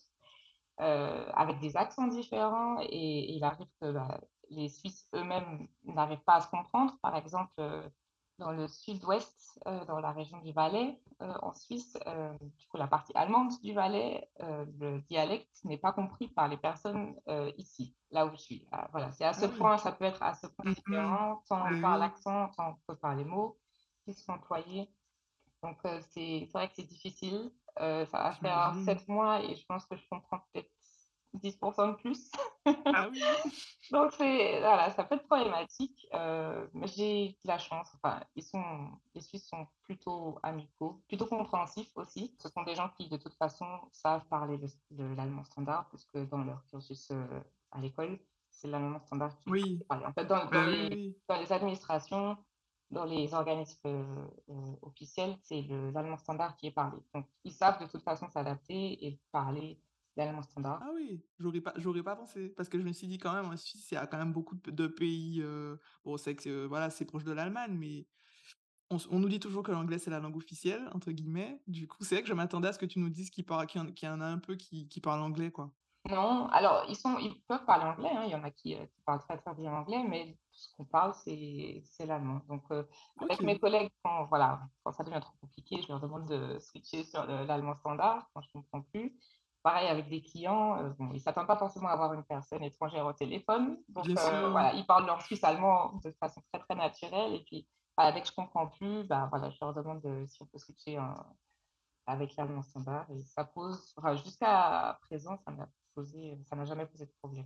heu, avec des accents différents, et et il arrive que, bah, les Suisses eux-mêmes n'arrivent pas à se comprendre. Par exemple, heu, dans le sud-ouest, heu, dans la région du Valais, heu, en Suisse, heu, du coup, la partie allemande du Valais, heu, le dialecte n'est pas compris par les personnes, heu, ici, là où je suis. Ah, voilà, c'est à ce Ah oui. point, ça peut être à ce point Mmh mh. différent, tant Beh, par oui. l'accent, tant que par les mots qui sont employés. Donc, heu, c'est c'est vrai que c'est difficile. Heu, ça va faire J'imagine. sept mois et je pense que je comprends peut-être dix de plus. Ah oui. Donc c'est voilà, ça peut être problématique, heu, mais j'ai de la chance. Enfin, ils sont les Suisses sont plutôt amicaux, plutôt compréhensifs aussi. Ce sont des gens qui, de toute façon, savent parler le le l'allemand standard, puisque dans leur cursus, heu, à l'école, c'est l'allemand standard qui Oui. est parlé. En fait, dans Bah, dans oui, les oui. dans les administrations, dans les organismes, heu heu, officiels, c'est le l'allemand standard qui est parlé. Donc ils savent de toute façon s'adapter et parler l'allemand standard. Ah oui, j'aurais pas j'aurais pas pensé parce que je me suis dit quand même en Suisse, il y a quand même beaucoup de de pays, heu, bon c'est que, euh, voilà, c'est proche de l'Allemagne, mais on s on nous dit toujours que l'anglais c'est la langue officielle entre guillemets. Du coup, c'est vrai que je m'attendais à ce que tu nous dises qu'il par qu'il y en qu'il y en a un peu qui qui parlent anglais, quoi. Non, alors ils sont ils peuvent parler anglais, hein, il y en a qui, heu, qui parlent très, très bien anglais, mais ce qu'on parle, c'est c'est l'allemand. Donc, heu, avec mes OK, collègues, quand voilà, quand ça devient trop compliqué, je leur demande de switcher sur le l'allemand standard quand je comprends plus. Pareil avec des clients, heu, bon, ils s'attendent pas forcément à avoir une personne étrangère au téléphone, donc, bien heu, sûr. voilà, ils parlent leur suisse-allemand de façon très, très naturelle, et puis, voilà, dès que je comprends plus, bah, voilà, je leur demande de si on peut switcher en avec l'allemand standard, et ça pose enfin, jusqu'à présent, ça n'a posé ça n'a jamais posé de problème.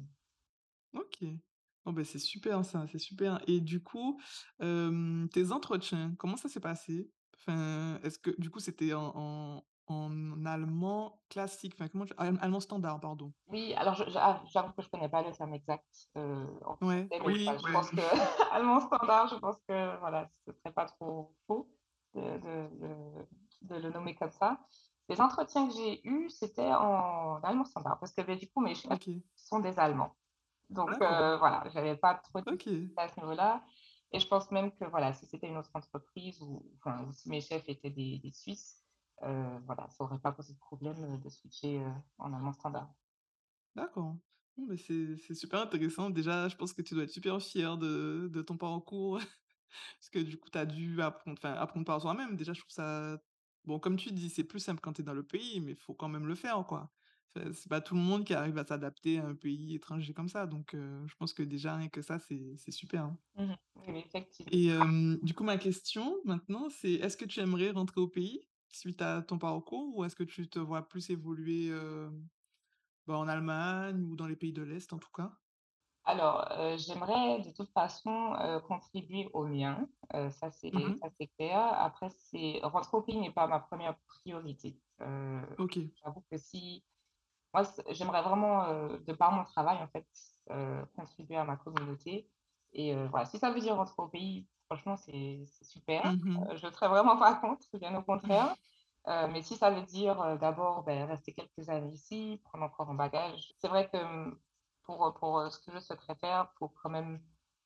OK. Bon, ben c'est super ça, c'est super et du coup, hem, tes entretiens, comment ça s'est passé? Enfin, est-ce que du coup, c'était en en en allemand classique? Enfin, comment tu al allemand standard, pardon. Oui, alors je j'a j'avoue que je connais pas le terme exact, heu, en Ouais, français, mais oui, voilà, je ouais. pense que allemand standard, je pense que voilà, ce serait pas trop faux de de de de le nommer comme ça. Les entretiens que j'ai eus, c'était en allemand standard parce que, beh, du coup, mes chefs OK, sont des Allemands. Donc, d'accord. heu, voilà, j'avais pas trop de OK, difficultés à ce niveau-là, et je pense même que, voilà, si c'était une autre entreprise ou enfin, ou si mes chefs étaient des des Suisses, heu, voilà, ça aurait pas posé de problème, heu, de switcher, heu, en allemand standard. d'accord. Bon, beh, c'est c'est super intéressant. Déjà, je pense que tu dois être super fier de de ton parcours. Parce que du coup, tu as dû apprendre enfin, apprendre par soi-même. Déjà, je trouve ça bon, comme tu dis, c'est plus simple quand tu es dans le pays, mais il faut quand même le faire, quoi. Enfin, c'est pas tout le monde qui arrive à s'adapter à un pays étranger comme ça, donc heu, je pense que déjà, rien que ça, c'est c'est super, hein. Mmh mh. Oui, oui, effectivement. Et hem, du coup, ma question maintenant, c'est est-ce que tu aimerais rentrer au pays? suite à ton parcours ou est-ce que tu te vois plus évoluer, heu, bah, en Allemagne ou dans les pays de l'Est en tout cas? Alors, heu, j'aimerais de toute façon, heu, contribuer au mien, heu, ça c'est Mmh mh. ça c'est clair. Après c'est rentrer au pays n'est pas ma première priorité. Heu, OK. j'avoue que si moi c j'aimerais vraiment, heu, de par mon travail en fait, heu, contribuer à ma communauté et heu, voilà, si ça veut dire rentrer au pays, franchement c'est c'est super, Mmh mh. heu, je serais vraiment pas contre, bien au contraire. Heu, mais si ça veut dire, heu, d'abord, beh, rester quelques années ici, prendre encore un bagage, c'est vrai que, mmh, pour, heu, pour, heu, ce que je souhaiterais faire, faut quand même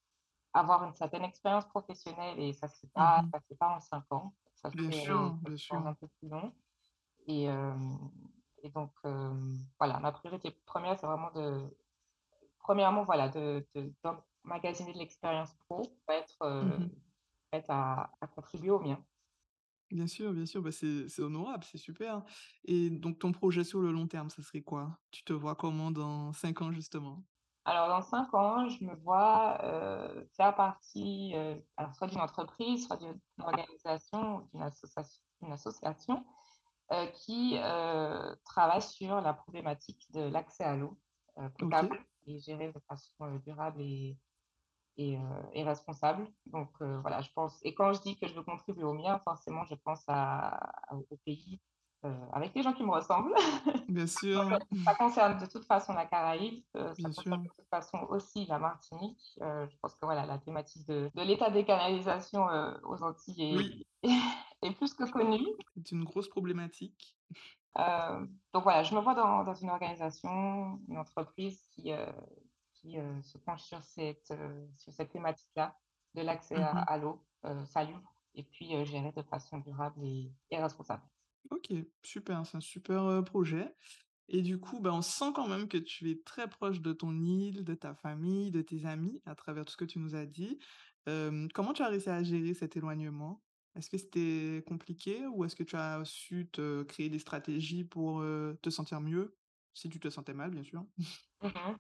avoir une certaine expérience professionnelle et ça se fait Mmh pas mh. ça se fait pas en cinq ans, ça se Bien fait, heu, sûr, ça bien se fait en sûr. un peu plus long et hem et donc hem, voilà, ma priorité première c'est vraiment de premièrement, voilà, de de d'emmagasiner de l'expérience pro pour être, Mmh heu, mh. prête à à contribuer au mien. Bien sûr, bien sûr, bah, c'est c'est honorable, c'est super et donc ton projet sur le long terme, ça serait quoi? Tu te vois comment dans cinq ans justement? Alors dans cinq ans, je me vois, heu, faire partie, heu, alors soit d'une entreprise, soit d'une organisation ou d'une association une association, heu, qui, heu, travaille sur la problématique de l'accès à l'eau, heu, OK. potable et gérée de façon, heu, durable et et heu et responsable. Donc heu, voilà, je pense et quand je dis que je veux contribuer au mien, forcément je pense à au au pays, heu, avec les gens qui me ressemblent. Bien Donc sûr, heu, ça concerne de toute façon la Caraïbe, heu, ça bien concerne sûr. de toute façon aussi la Martinique. Heu, je pense que voilà, la thématique de de l'état des canalisations, heu, aux Oui, Antilles est est plus que connue. c'est une grosse problématique. Heu, donc voilà, je me vois dans dans une organisation, une entreprise qui, heu qui, heu, se penche sur cette, heu, sur cette thématique-là, de l'accès Mmh à mh. à l'eau, heu, salubre et puis, heu, gérée de façon durable et et responsable. OK, super, c'est un super, heu, projet et du coup, bah, on sent quand même que tu es très proche de ton île, de ta famille, de tes amis, à travers tout ce que tu nous as dit. Hem, comment tu as réussi à gérer cet éloignement? Est-ce que c'était compliqué ou est-ce que tu as su te créer des stratégies pour, heu, te sentir mieux? Si tu te sentais mal, bien sûr. Mmh.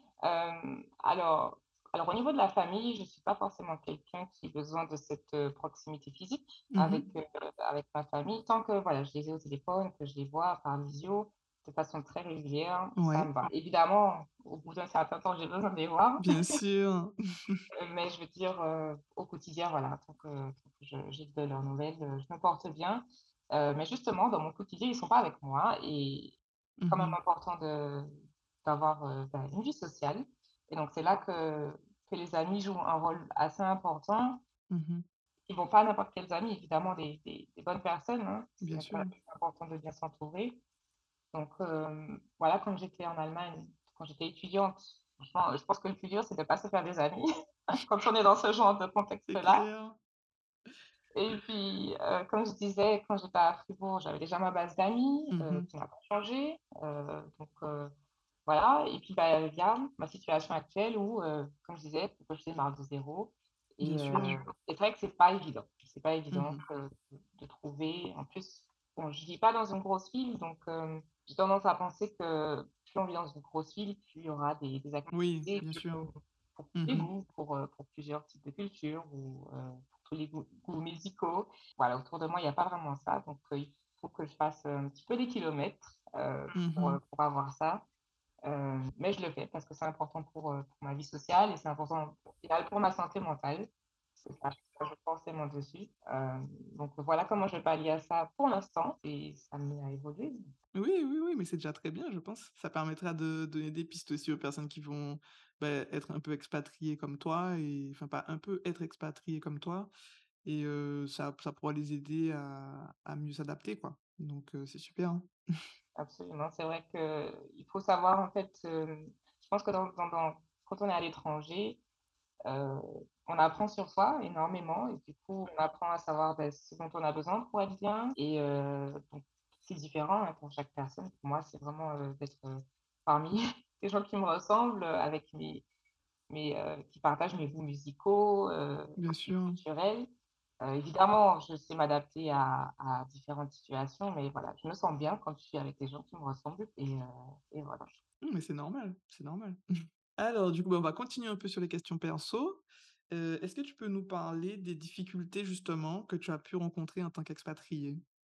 Hem, alors alors au niveau de la famille, je suis pas forcément quelqu'un qui ait besoin de cette, heu, proximité physique Mmh avec, mh. heu, avec ma famille. Tant que voilà, je les ai au téléphone, que je les vois par visio de façon très régulière, ça Ouais, me va. Évidemment, au bout d'un certain temps, j'ai besoin de les voir, bien sûr. heu, mais je veux dire, heu, au quotidien, voilà, tant que tant que je j'ai de leurs nouvelles, heu, je me porte bien. Heu, mais justement, dans mon quotidien, ils sont pas avec moi et Mmh quand même mh. important de d'avoir, heu, bah, une vie sociale et donc c'est là que que les amis jouent un rôle assez important. Mmh mh. Ils vont pas n'importe quels amis, évidemment des des des bonnes personnes, hein, c'est Bien sûr. impératif, c'est important de bien s'entourer. Donc hem, voilà, quand j'étais en Allemagne, quand j'étais étudiante, franchement, je pense que le plus dur, c'est de pas se faire des amis quand on est dans ce genre de C'est contexte-là. clair. Et puis, heu, comme je disais, quand j'étais à Fribourg, j'avais déjà ma base d'amis, Mmh heu, mh. qui n'a pas changé, heu, donc heu, voilà et puis, bah, via ma situation actuelle où, heu, comme je disais, faut que je démarre de zéro Bien et heu sûr. et c'est vrai que c'est pas évident. C'est pas Mmh évident mh. que de trouver en plus, bon, je vis pas dans une grosse ville, donc hem, j'ai tendance à penser que plus on vit dans une grosse ville, plus il y aura des des Oui, activités bien qui sûr. vont pour tous Mmh les mh. goûts, pour, heu, pour plusieurs types de cultures ou, heu, pour tous les goûts goûts musicaux. Voilà, autour de moi, il y a pas vraiment ça, donc heu, il faut que je fasse, heu, un petit peu des kilomètres, heu, Mmh pour, mh. heu, pour avoir ça. Heu, mais je le fais parce que c'est important pour, heu, pour ma vie sociale et c'est important au final pour ma santé mentale. C'est ça, ça joue forcément dessus. Hem, donc voilà comment je pallie à ça pour l'instant et ça m'est à évoluer. Oui, oui, oui, mais c'est déjà très bien, je pense. Ça permettra de donner des pistes aussi aux personnes qui vont, bah, être un peu expatriées comme toi et enfin pas un peu, être expatriées comme toi et heu, ça ça pourra les aider à à mieux s'adapter, quoi. Donc heu, c'est super, hein. Absolument, c'est vrai qu'il faut savoir en fait, hem, je pense que dans dans dans quand on est à l'étranger, heu, on apprend sur soi énormément et du coup, on apprend à savoir, bah, ce dont on a besoin pour être bien et heu, donc c'est différent, hein, pour chaque personne. Pour moi, c'est vraiment, heu, d'être, heu, parmi des gens qui me ressemblent, heu, avec mes mes, heu, qui partagent mes goûts musicaux, heu, Bien aussi sûr. culturels. Heu, évidemment, je sais m'adapter à à différentes situations, mais voilà, je me sens bien quand je suis avec des gens qui me ressemblent et heu et voilà. Mmh, mais c'est normal, c'est normal. Alors du coup, bah, on va continuer un peu sur les questions perso. Heu, est-ce que tu peux nous parler des difficultés justement que tu as pu rencontrer en tant qu'expatrié?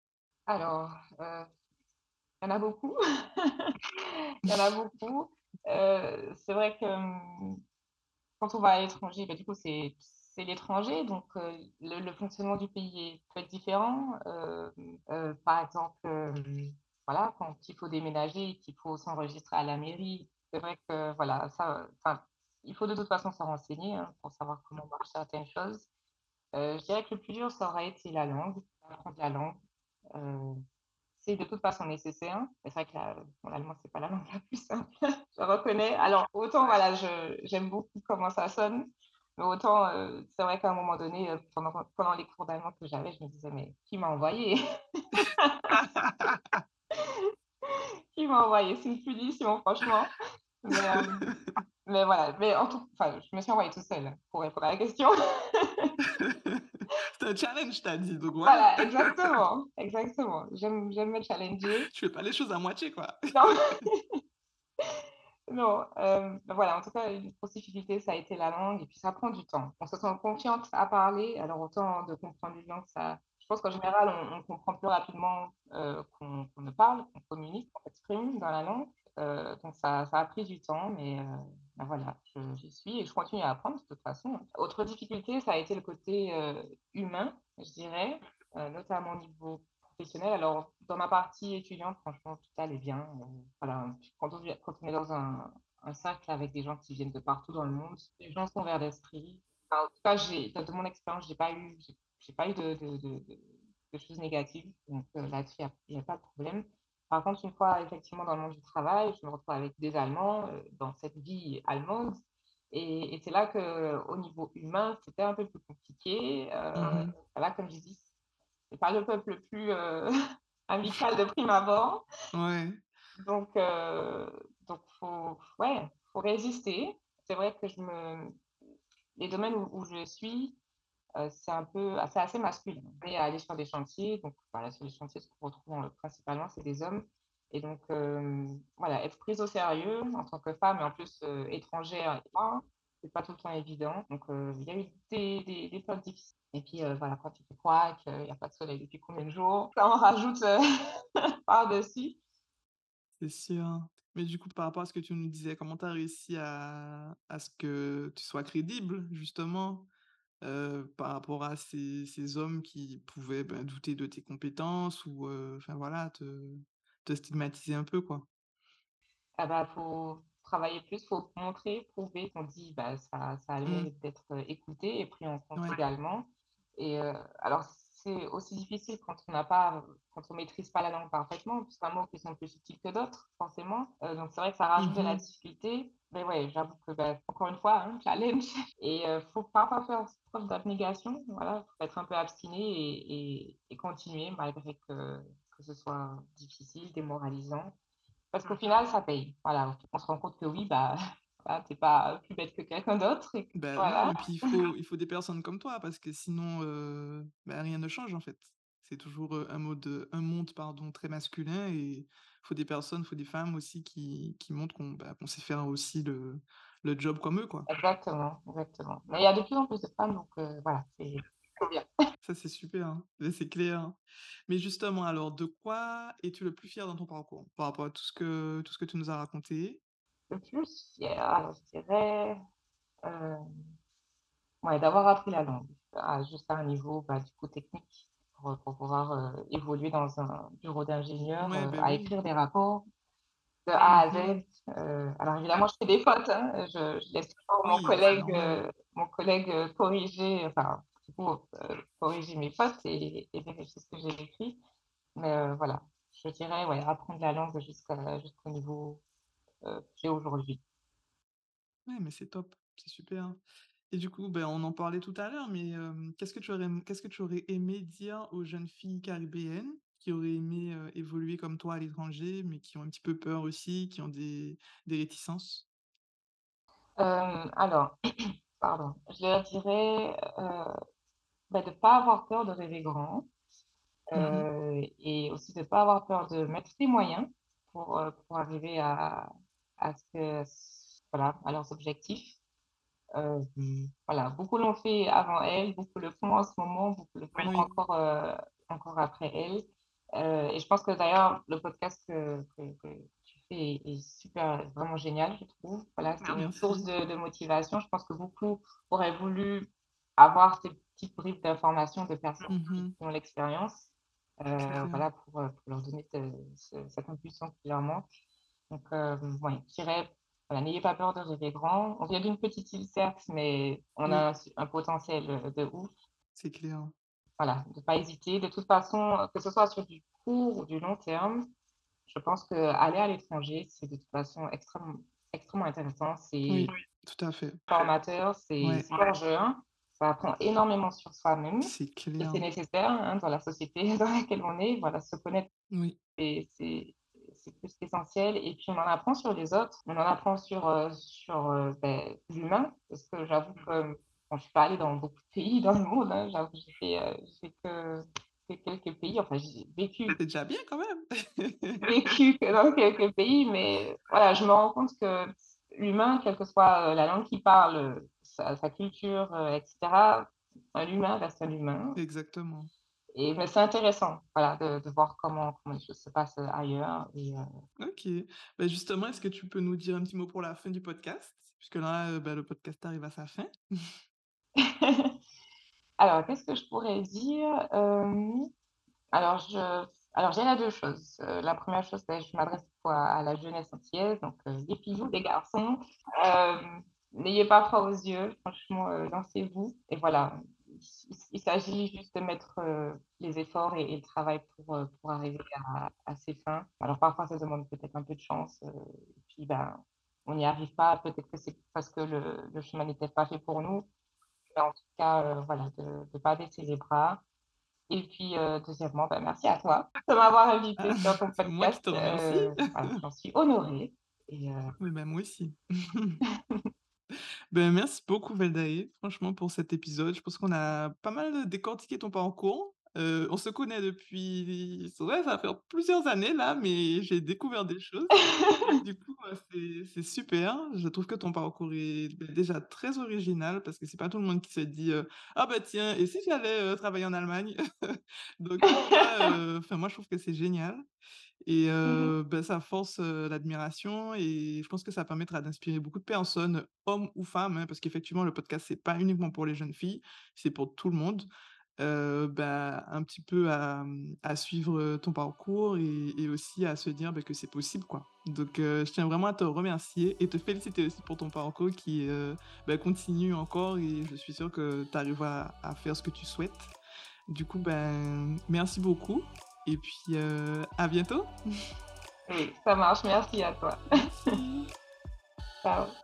Alors, heu, il y en a beaucoup. Il y en a beaucoup. Heu, c'est vrai que, mmh, quand on va à l'étranger, bah, du coup, c'est c'est l'étranger, donc heu, le le fonctionnement du pays est peut être différent. Hem, heu, par exemple, hem, voilà, quand il faut déménager et qu'il faut s'enregistrer à la mairie, c'est vrai que voilà, ça, enfin, il faut de toute façon se renseigner, hein, pour savoir comment marchent certaines choses. Heu, je dirais que le plus dur, ça aurait été la langue, apprendre la langue. Heu, c'est de toute façon nécessaire. Mais c'est vrai que la bon, l'allemand, c'est pas la langue la plus simple, je reconnais. Alors autant, voilà, je j'aime beaucoup comment ça sonne, mais autant, heu, c'est vrai qu'à un moment donné, heu, pendant pendant les cours d'allemand que j'avais, je me disais: «Mais qui m'a envoyé? Qui m'a envoyé? C'est une punition, franchement». Mais hem, mais voilà, mais en tout enfin, je me suis envoyée toute seule, pour répondre à la question. C'est un challenge, tu as dit, donc voilà. Voilà, exactement, exactement. J'aime j'aime me challenger. Tu fais pas les choses à moitié, quoi. Non, non, hem, bah, voilà, en tout cas, une grosse difficulté, ça a été la langue et puis ça prend du temps. On se sent confiante à parler, alors autant de comprendre une langue, ça je pense qu'en général, on on comprend plus rapidement, heu, qu'on qu'on ne parle, qu'on communique, qu'on s'exprime dans la langue. Heu, donc ça ça a pris du temps, mais heu, bah, voilà, je j'y suis et je continue à apprendre de toute façon, hein. Autre difficulté, ça a été le côté, heu, humain, je dirais, heu, notamment au niveau professionnel. Alors, dans ma partie étudiante, franchement, tout allait bien, heu, voilà. Quand on vient quand on est dans un un cercle avec des gens qui viennent de partout dans le monde, les gens sont ouverts d'esprit. Enfin, en tout cas, j'ai de mon expérience, j'ai pas eu j'ai j'ai pas eu de de de de de choses négatives, donc heu, là-dessus, il y a il y a pas de problème. Par contre, une fois effectivement dans le monde du travail, je me retrouve avec des Allemands, heu, dans cette vie allemande et et c'est là qu'au niveau humain, c'était un peu plus compliqué. Heu, Mmh. voilà, comme je dis, c'est pas le peuple le plus, heu, amical de prime abord. Ouais. Donc heu, donc faut ouais, faut résister. C'est vrai que je me les domaines où où je suis, heu, c'est un peu c'est assez masculin. Et aller sur des chantiers, donc voilà, sur les chantiers, ce qu'on retrouve, heu, principalement, c'est des hommes et donc hem, voilà, être prise au sérieux en tant que femme et en plus, heu, étrangère et loin, c'est pas tout le temps évident. Donc heu, il y a eu des des des périodes difficiles et puis, heu, voilà, quand il fait froid, qu'il y a pas de soleil depuis combien de jours, ça en rajoute, heu, par-dessus. C'est sûr. Mais du coup, par rapport à ce que tu nous disais, comment tu as réussi à à ce que tu sois crédible, justement, heu, par rapport à ces ces hommes qui pouvaient, ben, douter de tes compétences ou, heu, enfin voilà, te te stigmatiser un peu, quoi? Ah bah, faut travailler plus, faut montrer, prouver qu'on dit, bah, ça ça a le Mmh. mérite d'être, heu, écouté et pris en compte Ouais. également et heu, alors c'est aussi difficile quand on n'a pas, quand on maîtrise pas la langue parfaitement, puisqu'un mot qui sont plus subtils que d'autres, forcément, heu, donc c'est vrai que ça rajoute de la Mmh. difficulté, mais ouais, j'avoue que, bah, encore une fois, hein, challenge et heu, faut parfois faire preuve d'abnégation, voilà, faut être un peu abstiné et et et continuer malgré que que ce soit difficile, démoralisant. Parce qu'au final, ça paye. Voilà, on se rend compte que oui, bah, voilà, tu es pas plus bête que quelqu'un d'autre et que Bah, non voilà. et puis il faut il faut des personnes comme toi parce que sinon, heu, bah, rien ne change, en fait. C'est toujours, heu, un mode, un monde, pardon, très masculin et faut des personnes, faut des femmes aussi qui qui montrent qu'on, bah, qu'on sait faire aussi le le job comme eux, quoi. Exactement, exactement. Mais il y a de plus en plus de femmes, donc heu, voilà, c'est trop bien. Ça, c'est super, hein. Ouais, c'est clair. Mais justement, alors, de quoi es-tu le plus fier dans ton parcours? Par rapport à tout ce que tout ce que tu nous as raconté? Le plus fière, alors je dirais, heu, ouais, d'avoir appris la langue à juste à un niveau, bah, du coup technique pour, heu, pour pouvoir, heu, évoluer dans un bureau d'ingénieur, Ouais, heu, bah, à oui. écrire des rapports de A à Mmh. Z. Heu, alors évidemment, je fais des fautes, hein, je je laisse toujours mon Oui, c'est collègue, normal. heu, mon collègue, heu, corriger, enfin, du coup, heu, corriger mes fautes et et vérifier ce que j'ai écrit. Mais heu, voilà, je dirais, ouais, apprendre la langue jusqu'à jusqu'au niveau, heu, que j'ai aujourd'hui. Ouais, mais c'est top, c'est super. Et du coup, ben, on en parlait tout à l'heure, mais hem, qu'est-ce que tu aurais qu'est-ce que tu aurais aimé dire aux jeunes filles caribéennes qui auraient aimé, heu, évoluer comme toi à l'étranger, mais qui ont un petit peu peur aussi, qui ont des des réticences? Hem, alors, pardon, je leur dirais, heu, bah, de ne pas avoir peur de rêver grand, Mmh. heu et aussi de ne pas avoir peur de mettre des moyens pour, heu, pour arriver à à ce que voilà, à leurs objectifs. Heu, voilà, beaucoup l'ont fait avant elles, beaucoup le font en ce moment, beaucoup le feront Oui. encore, heu, encore après elles Heu et je pense que d'ailleurs le podcast que que que tu fais est est super vraiment génial, je trouve. Voilà, c'est Ah une source merci. de de motivation. Je pense que beaucoup auraient voulu avoir ces petites bribes d'informations de personnes qui Mmh. qui ont l'expérience, C'est heu, clair. voilà, pour, heu, pour leur donner ce ce cette impulsion qui leur manque. Donc, hem, ouais, je dirais, voilà, n'ayez pas peur de rêver grand. On vient d'une petite île certes, mais on Oui, a un su un potentiel, heu, de ouf. c'est clair. Voilà, de pas hésiter. De toute façon, heu, que ce soit sur du court ou du long terme, je pense qu'aller à l'étranger, c'est de toute façon extrêmement extrêmement intéressant. C'est Oui, tout à fait. formateur, c'est Ouais, c'est forgeur, ça apprend énormément sur soi-même c'est et clair. c'est nécessaire, hein, dans la société dans laquelle on est. Voilà, se connaître, Oui, c'est c'est c'est plus qu'essentiel et puis on en apprend sur les autres, on en apprend sur, heu, sur, heu, beh, l'humain parce que j'avoue que, bon, je suis pas allée dans beaucoup de pays dans le monde, hein, j'avoue, j'ai fait, heu, j'ai fait que que quelques pays, enfin j'ai vécu c'est déjà bien quand même. vécu que dans quelques pays, mais voilà, je me rends compte que l'humain, quelle que soit, heu, la langue qu'il parle, heu, sa sa culture, heu, et cetera, un humain reste un humain Exactement. et mais c'est intéressant, voilà, de de voir comment comment les choses se passent, heu, ailleurs et heu OK. Bah, justement, est-ce que tu peux nous dire un petit mot pour la fin du podcast? Puisque là, heu, bah, le podcast arrive à sa fin. alors qu'est-ce que je pourrais dire? Hem, alors je alors je dirais deux choses. Heu, la première chose, c'est je m'adresse quoi à la jeunesse antillaise, donc heu, les filles, les garçons, hem, n'ayez pas froid aux yeux, franchement, heu, lancez-vous et voilà. Il il s'agit juste de mettre, heu, les efforts et et le travail pour, heu, pour arriver à à ses fins. Alors parfois ça demande peut-être un peu de chance, heu, et puis, ben, on n'y arrive pas, peut-être que c'est parce que le le chemin n'était pas fait pour nous. Mais en tout cas, heu, voilà, de ne pas baisser les bras et puis, heu, deuxièmement, bah, merci à toi de m'avoir invitée Ah, sur ton c'est moi qui podcast, te remercie. heu, voilà, j'en suis honorée et heu Oui, bah, moi aussi. Ben, merci beaucoup Veldaé, franchement pour cet épisode. Je pense qu'on a pas mal décortiqué ton parcours. Heu, on se connaît depuis c'est vrai, ça va faire plusieurs années là, mais j'ai découvert des choses. Du coup, heu, c'est c'est super. Je trouve que ton parcours est, beh, déjà très original parce que c'est pas tout le monde qui se dit, heu: «Ah bah tiens, et si j'allais, heu, travailler en Allemagne?» Donc ça, heu, enfin moi je trouve que c'est génial. Et Mmh mh. heu, bah, ça force, heu, l'admiration et je pense que ça permettra d'inspirer beaucoup de personnes, hommes ou femmes, hein, parce qu'effectivement le podcast, c'est pas uniquement pour les jeunes filles, c'est pour tout le monde. Heu, bah, un petit peu à, mmh, à suivre, heu, ton parcours et et aussi à se dire, bah, que c'est possible, quoi. Donc heu, je tiens vraiment à te remercier et te féliciter aussi pour ton parcours qui, heu, bah, continue encore et je suis sûre que tu arriveras à faire ce que tu souhaites. Du coup, ben, merci beaucoup et puis, heu, à bientôt. Oui, ça marche, merci à toi. Merci. Ciao.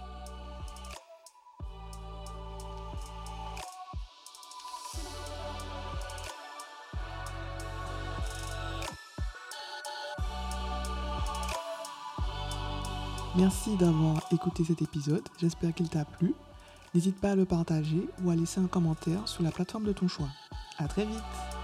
Merci d'avoir écouté cet épisode, j'espère qu'il t'a plu. N'hésite pas à le partager ou à laisser un commentaire sur la plateforme de ton choix. À très vite.